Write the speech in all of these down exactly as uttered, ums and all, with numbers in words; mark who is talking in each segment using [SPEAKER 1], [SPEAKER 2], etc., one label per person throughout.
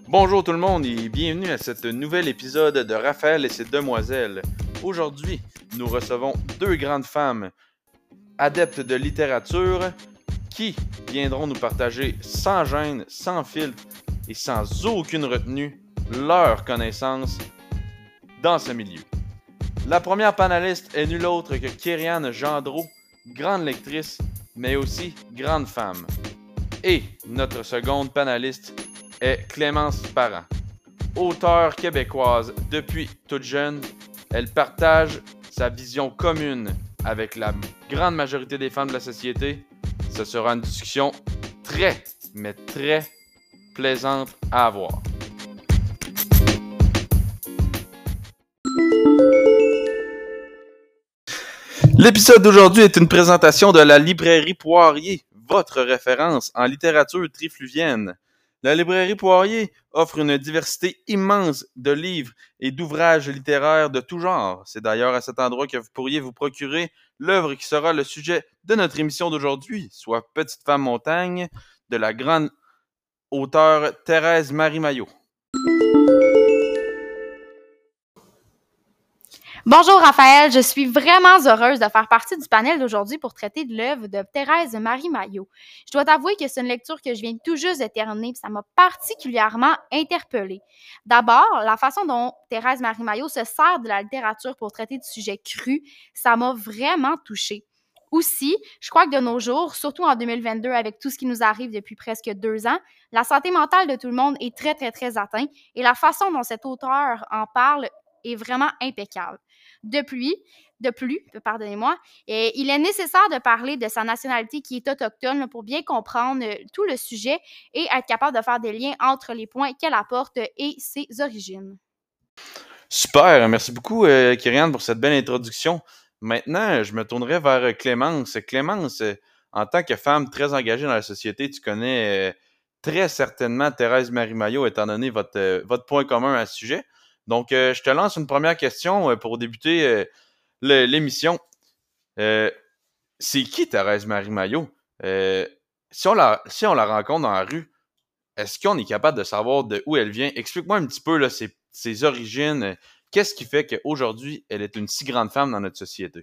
[SPEAKER 1] Bonjour tout le monde et bienvenue à cet nouvel épisode de Raphaël et ses demoiselles. Aujourd'hui, nous recevons deux grandes femmes adeptes de littérature qui viendront nous partager sans gêne, sans filtre et sans aucune retenue leurs connaissances dans ce milieu. La première panéliste est nulle autre que Kyriane Gendreau, grande lectrice, mais aussi grande femme. Et notre seconde panéliste est Clémence Parent. Auteure québécoise depuis toute jeune, elle partage sa vision commune avec la grande majorité des femmes de la société. Ce sera une discussion très, mais très plaisante à avoir. L'épisode d'aujourd'hui est une présentation de la librairie Poirier, votre référence en littérature trifluvienne. La librairie Poirier offre une diversité immense de livres et d'ouvrages littéraires de tout genre. C'est d'ailleurs à cet endroit que vous pourriez vous procurer l'œuvre qui sera le sujet de notre émission d'aujourd'hui, soit Petite femme montagne, de la grande auteure Thérèse Marie Maillot.
[SPEAKER 2] Bonjour Raphaël, je suis vraiment heureuse de faire partie du panel d'aujourd'hui pour traiter de l'œuvre de Thérèse Marie Maillot. Je dois t'avouer que c'est une lecture que je viens tout juste de terminer et ça m'a particulièrement interpellée. D'abord, la façon dont Thérèse Marie Maillot se sert de la littérature pour traiter de sujets crus, ça m'a vraiment touchée. Aussi, je crois que de nos jours, surtout en deux mille vingt-deux, avec tout ce qui nous arrive depuis presque deux ans, la santé mentale de tout le monde est très, très, très atteinte et la façon dont cet auteur en parle est vraiment impeccable. Depuis, de plus, pardonnez-moi, euh, il est nécessaire de parler de sa nationalité qui est autochtone là, pour bien comprendre euh, tout le sujet et être capable de faire des liens entre les points qu'elle apporte et ses origines.
[SPEAKER 1] Super, merci beaucoup euh, Kyriane pour cette belle introduction. Maintenant, je me tournerai vers Clémence. Clémence, euh, en tant que femme très engagée dans la société, tu connais euh, très certainement Thérèse Marie Maillot, étant donné votre, euh, votre point commun à ce sujet. Donc, euh, je te lance une première question euh, pour débuter euh, le- l'émission. Euh, c'est qui Thérèse Marie Maillot? Euh, si on la, si on la rencontre dans la rue, est-ce qu'on est capable de savoir de où elle vient? Explique-moi un petit peu là, ses, ses origines. euh, Qu'est-ce qui fait qu'aujourd'hui, elle est une si grande femme dans notre société?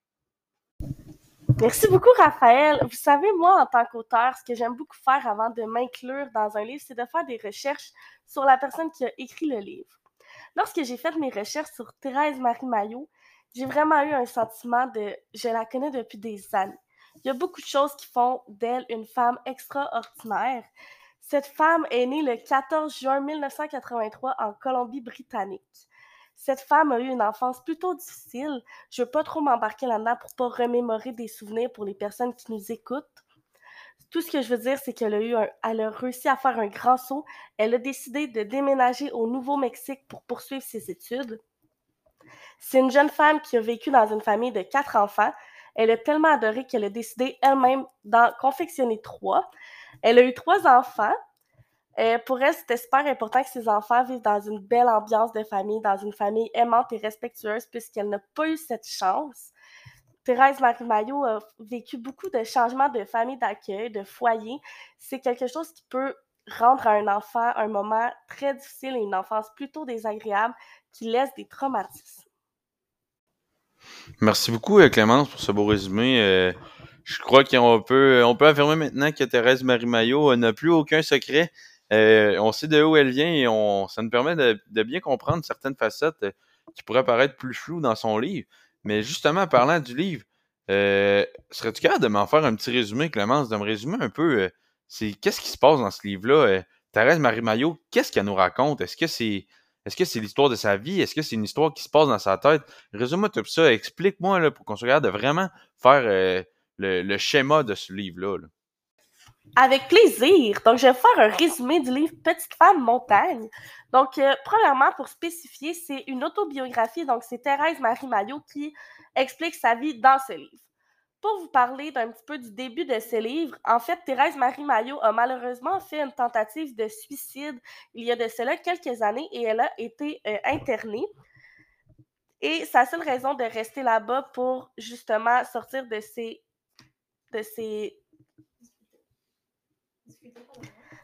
[SPEAKER 3] Merci beaucoup, Raphaël. Vous savez, moi, en tant qu'auteur, ce que j'aime beaucoup faire avant de m'inclure dans un livre, c'est de faire des recherches sur la personne qui a écrit le livre. Lorsque j'ai fait mes recherches sur Thérèse Marie Maillot, j'ai vraiment eu un sentiment de « je la connais depuis des années ». Il y a beaucoup de choses qui font d'elle une femme extraordinaire. Cette femme est née le quatorze juin mille neuf cent quatre-vingt-trois en Colombie-Britannique. Cette femme a eu une enfance plutôt difficile. Je ne veux pas trop m'embarquer là-dedans pour ne pas remémorer des souvenirs pour les personnes qui nous écoutent. Tout ce que je veux dire, c'est qu'elle a, eu un, elle a réussi à faire un grand saut. Elle a décidé de déménager au Nouveau-Mexique pour poursuivre ses études. C'est une jeune femme qui a vécu dans une famille de quatre enfants. Elle a tellement adoré qu'elle a décidé elle-même d'en confectionner trois. Elle a eu trois enfants. Euh, pour elle, c'était super important que ses enfants vivent dans une belle ambiance de famille, dans une famille aimante et respectueuse, puisqu'elle n'a pas eu cette chance. Thérèse Marie Maillot a vécu beaucoup de changements de famille d'accueil, de foyer. C'est quelque chose qui peut rendre à un enfant un moment très difficile et une enfance plutôt désagréable qui laisse des traumatismes.
[SPEAKER 1] Merci beaucoup, euh, Clémence, pour ce beau résumé. Euh, je crois qu'on peut, on peut affirmer maintenant que Thérèse Marie Maillot euh, n'a plus aucun secret. Euh, on sait de où elle vient et on, ça nous permet de, de bien comprendre certaines facettes euh, qui pourraient paraître plus floues dans son livre. Mais justement, parlant du livre, euh, serais-tu capable de m'en faire un petit résumé, Clémence, de me résumer un peu, euh, c'est qu'est-ce qui se passe dans ce livre-là? Euh, Thérèse Marie Maillot, qu'est-ce qu'elle nous raconte? Est-ce que c'est, est-ce que c'est l'histoire de sa vie? Est-ce que c'est une histoire qui se passe dans sa tête? Résume-moi tout ça, explique-moi là, pour qu'on soit capable de vraiment faire euh, le, le schéma de ce livre-là. Là.
[SPEAKER 3] Avec plaisir. Donc, je vais faire un résumé du livre Petite femme montagne. Donc, euh, premièrement, pour spécifier, c'est une autobiographie. Donc, c'est Thérèse Marie Maillot qui explique sa vie dans ce livre. Pour vous parler d'un petit peu du début de ce livre, en fait, Thérèse Marie Maillot a malheureusement fait une tentative de suicide il y a de cela quelques années et elle a été euh, internée. Et sa seule raison de rester là-bas pour justement sortir de ses, de ses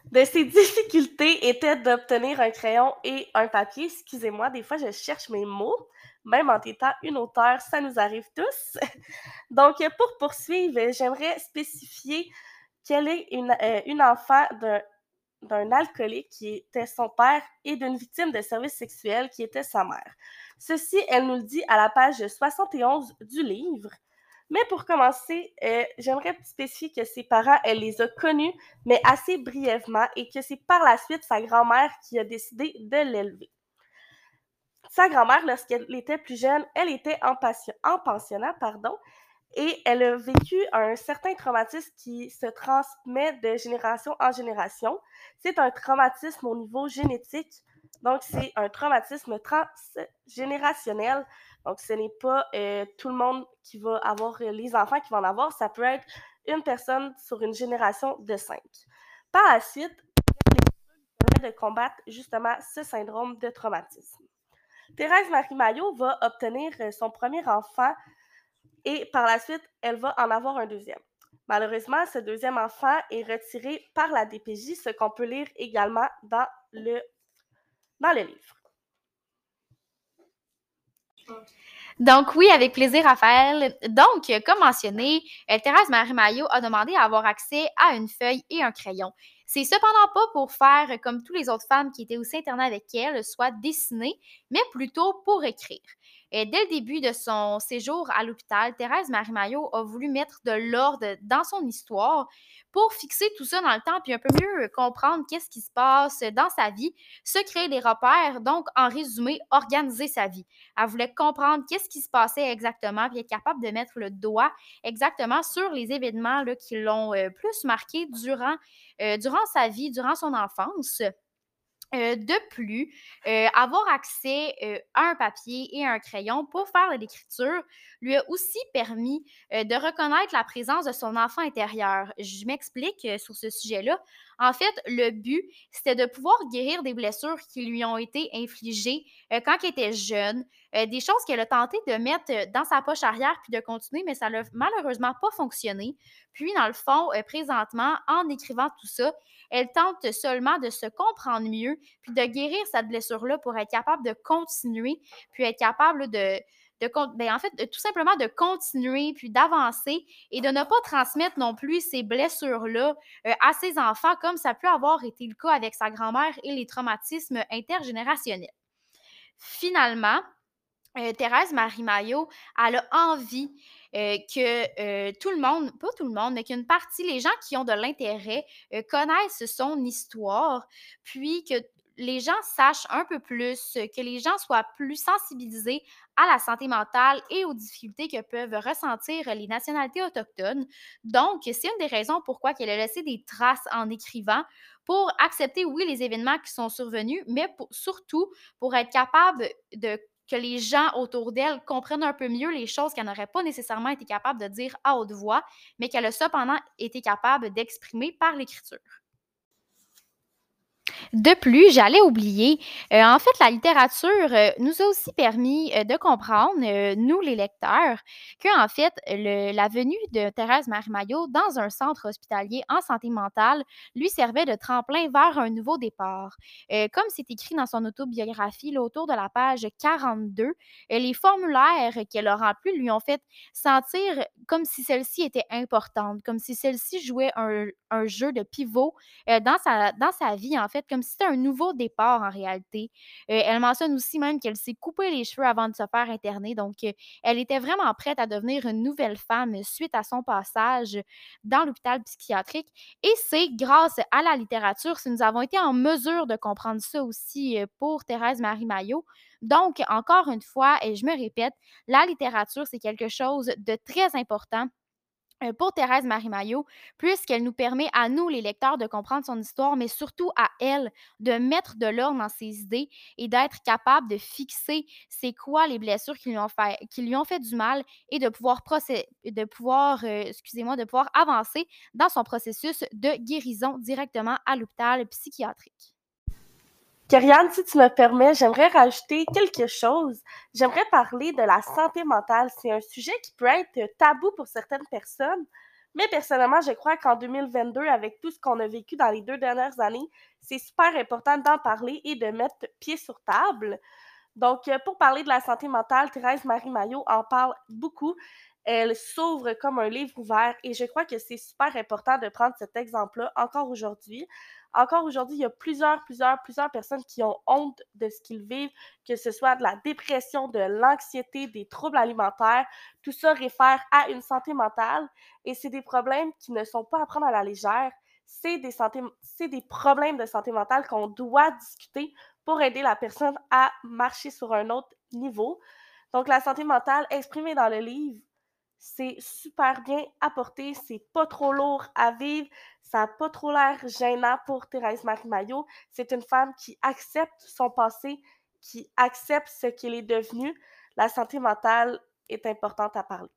[SPEAKER 3] de ses difficultés était d'obtenir un crayon et un papier. Excusez-moi, des fois, je cherche mes mots. Même en étant une auteure, ça nous arrive tous. Donc, pour poursuivre, j'aimerais spécifier qu'elle est une, euh, une enfant d'un, d'un alcoolique qui était son père et d'une victime de services sexuels qui était sa mère. Ceci, elle nous le dit à la page soixante et onze du livre. Mais pour commencer, euh, j'aimerais spécifier que ses parents, elle les a connus, mais assez brièvement, et que c'est par la suite sa grand-mère qui a décidé de l'élever. Sa grand-mère, lorsqu'elle était plus jeune, elle était en, passion, en pensionnat, pardon, et elle a vécu un certain traumatisme qui se transmet de génération en génération. C'est un traumatisme au niveau génétique, donc c'est un traumatisme transgénérationnel. Donc ce n'est pas euh, tout le monde qui va avoir, euh, les enfants qui vont en avoir, ça peut être une personne sur une génération de cinq. Par la suite, les permet de combattre justement ce syndrome de traumatisme. Thérèse Marie Maillot va obtenir son premier enfant et par la suite, elle va en avoir un deuxième. Malheureusement, ce deuxième enfant est retiré par la D P J, ce qu'on peut lire également dans le, dans le livre.
[SPEAKER 2] Donc oui, avec plaisir, Raphaël. Donc, comme mentionné, Thérèse Marie Maillot a demandé à avoir accès à une feuille et un crayon. C'est cependant pas pour faire comme toutes les autres femmes qui étaient aussi internées avec elle, soit dessiner, mais plutôt pour écrire. Et dès le début de son séjour à l'hôpital, Thérèse Marie Maillot a voulu mettre de l'ordre dans son histoire pour fixer tout ça dans le temps puis un peu mieux comprendre qu'est-ce qui se passe dans sa vie, se créer des repères, donc en résumé, organiser sa vie. Elle voulait comprendre qu'est-ce qui se passait exactement puis être capable de mettre le doigt exactement sur les événements là, qui l'ont euh, plus marqué durant, euh, durant sa vie, durant son enfance. Euh, de plus, euh, avoir accès euh, à un papier et à un crayon pour faire de l'écriture lui a aussi permis euh, de reconnaître la présence de son enfant intérieur. Je m'explique euh, sur ce sujet-là. En fait, le but, c'était de pouvoir guérir des blessures qui lui ont été infligées euh, quand elle était jeune, euh, des choses qu'elle a tenté de mettre euh, dans sa poche arrière puis de continuer, mais ça n'a malheureusement pas fonctionné. Puis, dans le fond, euh, présentement, en écrivant tout ça, elle tente seulement de se comprendre mieux, puis de guérir cette blessure-là pour être capable de continuer, puis être capable de, de ben, en fait, de, tout simplement de continuer, puis d'avancer et de ne pas transmettre non plus ces blessures-là euh, à ses enfants, comme ça peut avoir été le cas avec sa grand-mère et les traumatismes intergénérationnels. Finalement, Euh, Thérèse Marie Maillot, elle a envie euh, que euh, tout le monde, pas tout le monde, mais qu'une partie, les gens qui ont de l'intérêt, euh, connaissent son histoire, puis que les gens sachent un peu plus, que les gens soient plus sensibilisés à la santé mentale et aux difficultés que peuvent ressentir les nationalités autochtones. Donc, c'est une des raisons pourquoi elle a laissé des traces en écrivant pour accepter, oui, les événements qui sont survenus, mais pour, surtout pour être capable de que les gens autour d'elle comprennent un peu mieux les choses qu'elle n'aurait pas nécessairement été capable de dire à haute voix, mais qu'elle a cependant été capable d'exprimer par l'écriture. De plus, j'allais oublier, euh, en fait, la littérature euh, nous a aussi permis euh, de comprendre, euh, nous les lecteurs, que en fait, le, la venue de Thérèse Marie Maillot dans un centre hospitalier en santé mentale lui servait de tremplin vers un nouveau départ. Euh, comme c'est écrit dans son autobiographie, là, autour de la page quarante-deux, euh, les formulaires qu'elle a remplis lui ont fait sentir comme si celle-ci était importante, comme si celle-ci jouait un, un jeu de pivot euh, dans, sa, dans sa vie, en fait, comme si c'était un nouveau départ en réalité. Euh, elle mentionne aussi même qu'elle s'est coupé les cheveux avant de se faire interner, donc euh, elle était vraiment prête à devenir une nouvelle femme suite à son passage dans l'hôpital psychiatrique. Et c'est grâce à la littérature que nous avons été en mesure de comprendre ça aussi euh, pour Thérèse Marie Maillot. Donc, encore une fois, et je me répète, la littérature, c'est quelque chose de très important pour Thérèse Marie Maillot, puisqu'elle nous permet à nous, les lecteurs, de comprendre son histoire, mais surtout à elle, de mettre de l'ordre dans ses idées et d'être capable de fixer c'est quoi les blessures qui lui ont fait, qui lui ont fait du mal et de pouvoir, procé- de pouvoir euh, excusez-moi, de pouvoir avancer dans son processus de guérison directement à l'hôpital psychiatrique.
[SPEAKER 3] Kerianne, si tu me permets, j'aimerais rajouter quelque chose. J'aimerais parler de la santé mentale. C'est un sujet qui peut être tabou pour certaines personnes, Mais personnellement, je crois qu'en deux mille vingt-deux, avec tout ce qu'on a vécu dans les deux dernières années, c'est super important d'en parler et de mettre pied sur table. Donc, euh, pour parler de la santé mentale, Thérèse Marie Maillot en parle beaucoup. Elle s'ouvre comme un livre ouvert et je crois que c'est super important de prendre cet exemple-là encore aujourd'hui. Encore aujourd'hui, il y a plusieurs, plusieurs, plusieurs personnes qui ont honte de ce qu'ils vivent, que ce soit de la dépression, de l'anxiété, des troubles alimentaires. Tout ça réfère à une santé mentale et c'est des problèmes qui ne sont pas à prendre à la légère. C'est des, santé, c'est des problèmes de santé mentale qu'on doit discuter pour aider la personne à marcher sur un autre niveau. Donc, la santé mentale exprimée dans le livre, c'est super bien apporté, c'est pas trop lourd à vivre, ça n'a pas trop l'air gênant pour Thérèse Marie Maillot. C'est une femme qui accepte son passé, qui accepte ce qu'elle est devenue. La santé mentale est importante à parler.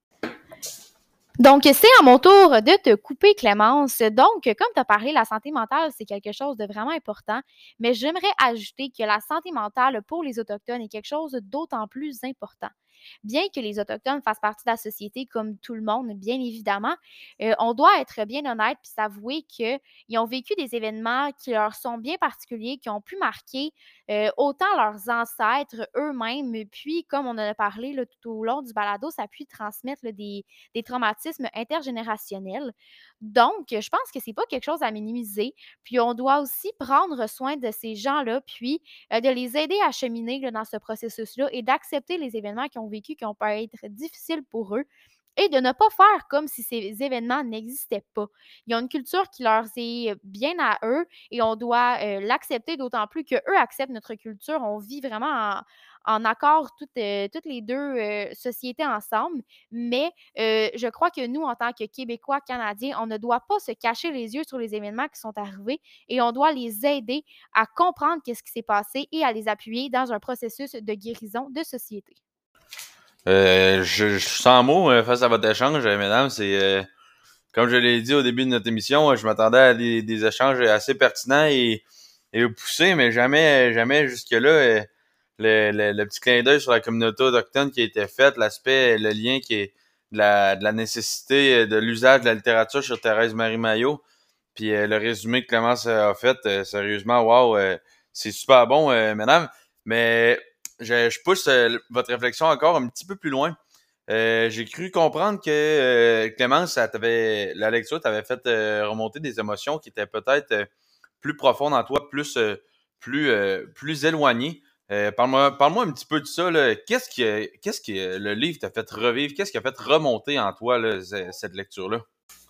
[SPEAKER 2] Donc, c'est à mon tour de te couper, Clémence. Donc, comme tu as parlé, la santé mentale, c'est quelque chose de vraiment important, mais j'aimerais ajouter que la santé mentale pour les Autochtones est quelque chose d'autant plus important. Bien que les Autochtones fassent partie de la société comme tout le monde, bien évidemment, euh, on doit être bien honnête puis s'avouer qu'ils ont vécu des événements qui leur sont bien particuliers, qui ont pu marquer euh, autant leurs ancêtres eux-mêmes, puis comme on en a parlé là, tout au long du balado, ça a pu transmettre là, des, des traumatismes intergénérationnels. Donc, je pense que c'est pas quelque chose à minimiser. Puis on doit aussi prendre soin de ces gens-là, puis euh, de les aider à cheminer là, dans ce processus-là et d'accepter les événements qu'ils ont vécu, qui ont pu être difficiles pour eux et de ne pas faire comme si ces événements n'existaient pas. Ils ont une culture qui leur est bien à eux et on doit euh, l'accepter, d'autant plus qu'eux acceptent notre culture. On vit vraiment en, en accord toutes, euh, toutes les deux euh, sociétés ensemble, mais euh, je crois que nous, en tant que Québécois, Canadiens, on ne doit pas se cacher les yeux sur les événements qui sont arrivés et on doit les aider à comprendre qu'est-ce qui s'est passé et à les appuyer dans un processus de guérison de société.
[SPEAKER 1] Euh, je, je suis sans mots euh, face à votre échange, euh, mesdames. C'est euh, comme je l'ai dit au début de notre émission, euh, je m'attendais à des, des échanges assez pertinents et, et poussés, mais jamais, jamais jusque-là. euh, le, le, le petit clin d'œil sur la communauté autochtone qui a été fait, l'aspect, le lien qui est de la, de la nécessité de l'usage de la littérature sur Thérèse Marie Maillot, puis euh, le résumé que Clémence a fait, euh, sérieusement, wow, euh, c'est super bon, euh, mesdames. Mais je, je pousse euh, votre réflexion encore un petit peu plus loin. Euh, j'ai cru comprendre que euh, Clémence, ça t'avait, la lecture t'avait fait euh, remonter des émotions qui étaient peut-être euh, plus profondes en toi, plus euh, plus euh, plus éloignées. Euh, parle-moi, parle-moi un petit peu de ça. Là. Qu'est-ce que qu'est-ce que le livre t'a fait revivre? Qu'est-ce qui a fait remonter en toi là, cette lecture-là?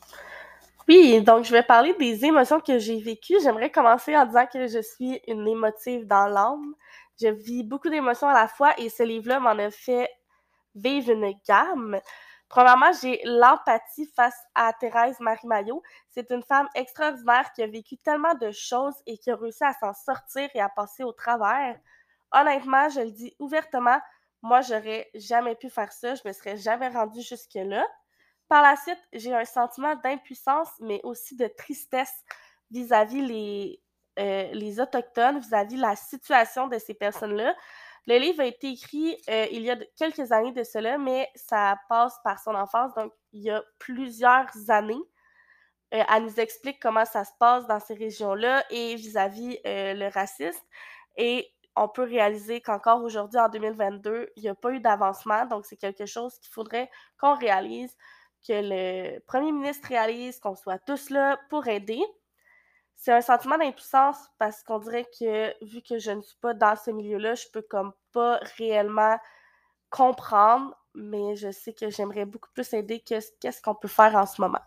[SPEAKER 3] Oui, donc je vais parler des émotions que j'ai vécues. J'aimerais commencer en disant que je suis une émotive dans l'âme. Je vis beaucoup d'émotions à la fois et ce livre-là m'en a fait vivre une gamme. Premièrement, j'ai l'empathie face à Thérèse Marie Maillot. C'est une femme extraordinaire qui a vécu tellement de choses et qui a réussi à s'en sortir et à passer au travers. Honnêtement, je le dis ouvertement, moi, j'aurais jamais pu faire ça. Je me serais jamais rendue jusque-là. Par la suite, j'ai un sentiment d'impuissance, mais aussi de tristesse vis-à-vis les, euh, les Autochtones, vis-à-vis la situation de ces personnes-là. Le livre a été écrit euh, il y a de- quelques années de cela, mais ça passe par son enfance, donc il y a plusieurs années. Euh, elle nous explique comment ça se passe dans ces régions-là et vis-à-vis euh, le racisme. Et on peut réaliser qu'encore aujourd'hui, en deux mille vingt-deux, il n'y a pas eu d'avancement, donc c'est quelque chose qu'il faudrait qu'on réalise, que le premier ministre réalise, qu'on soit tous là pour aider. C'est un sentiment d'impuissance parce qu'on dirait que, vu que je ne suis pas dans ce milieu-là, je peux comme pas réellement comprendre, mais je sais que j'aimerais beaucoup plus aider que qu'est-ce qu'on peut faire en ce moment.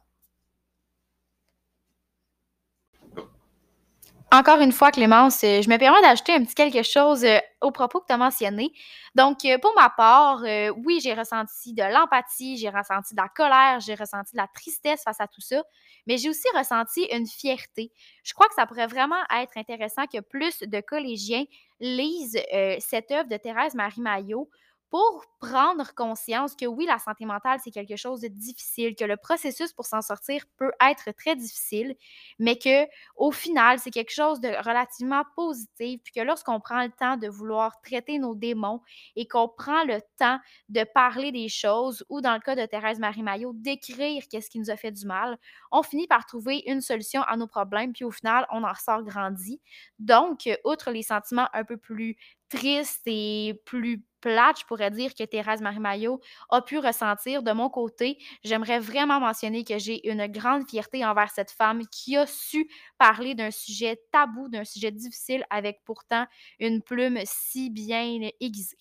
[SPEAKER 2] Encore une fois, Clémence, euh, je me permets d'ajouter un petit quelque chose euh, au propos que tu as mentionné. Donc, euh, pour ma part, euh, oui, j'ai ressenti de l'empathie, j'ai ressenti de la colère, j'ai ressenti de la tristesse face à tout ça, mais j'ai aussi ressenti une fierté. Je crois que ça pourrait vraiment être intéressant que plus de collégiens lisent euh, cette œuvre de Thérèse Marie Maillot pour prendre conscience que oui, la santé mentale, c'est quelque chose de difficile, que le processus pour s'en sortir peut être très difficile, mais que au final, c'est quelque chose de relativement positif, puis que lorsqu'on prend le temps de vouloir traiter nos démons et qu'on prend le temps de parler des choses, ou dans le cas de Thérèse Marie Maillot, d'écrire qu'est-ce qui nous a fait du mal, on finit par trouver une solution à nos problèmes, puis au final, on en ressort grandi. Donc, outre les sentiments un peu plus tristes et plus plates, je pourrais dire, que Thérèse Marie Maillot a pu ressentir, de mon côté, j'aimerais vraiment mentionner que j'ai une grande fierté envers cette femme qui a su parler d'un sujet tabou, d'un sujet difficile, avec pourtant une plume si bien aiguisée.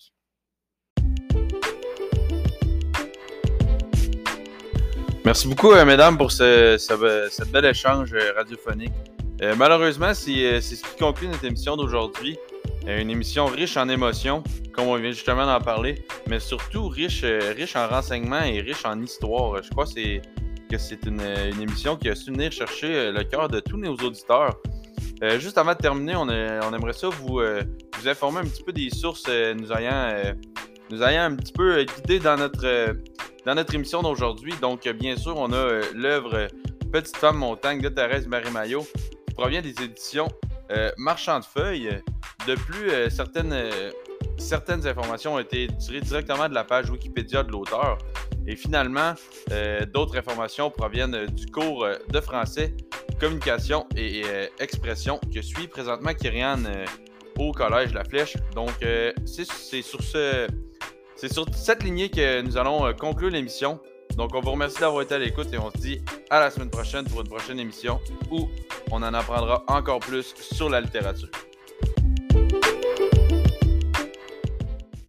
[SPEAKER 1] Merci beaucoup, euh, mesdames, pour ce, ce, cette bel échange euh, radiophonique. Euh, malheureusement, c'est, euh, c'est ce qui conclut notre émission d'aujourd'hui. Euh, une émission riche en émotions, comme on vient justement d'en parler, mais surtout riche, euh, riche en renseignements et riche en histoire. Je crois que c'est, que c'est une, une émission qui a su venir chercher le cœur de tous nos auditeurs. Euh, juste avant de terminer, on, a, on aimerait ça vous, euh, vous informer un petit peu des sources euh, nous, ayant, euh, nous ayant un petit peu guidés dans notre... Euh, Dans notre émission d'aujourd'hui, donc bien sûr, on a euh, l'œuvre euh, Petite femme montagne de Thérèse Marie Maillot qui provient des éditions euh, Marchand de Feuilles. De plus, euh, certaines, euh, certaines informations ont été tirées directement de la page Wikipédia de l'auteur. Et finalement, euh, d'autres informations proviennent euh, du cours euh, de français, communication et euh, expression que suit présentement Kyrian euh, au Collège La Flèche. Donc, euh, c'est, c'est sur ce... C'est sur cette lignée que nous allons euh, conclure l'émission. Donc, on vous remercie d'avoir été à l'écoute et on se dit à la semaine prochaine pour une prochaine émission où on en apprendra encore plus sur la littérature.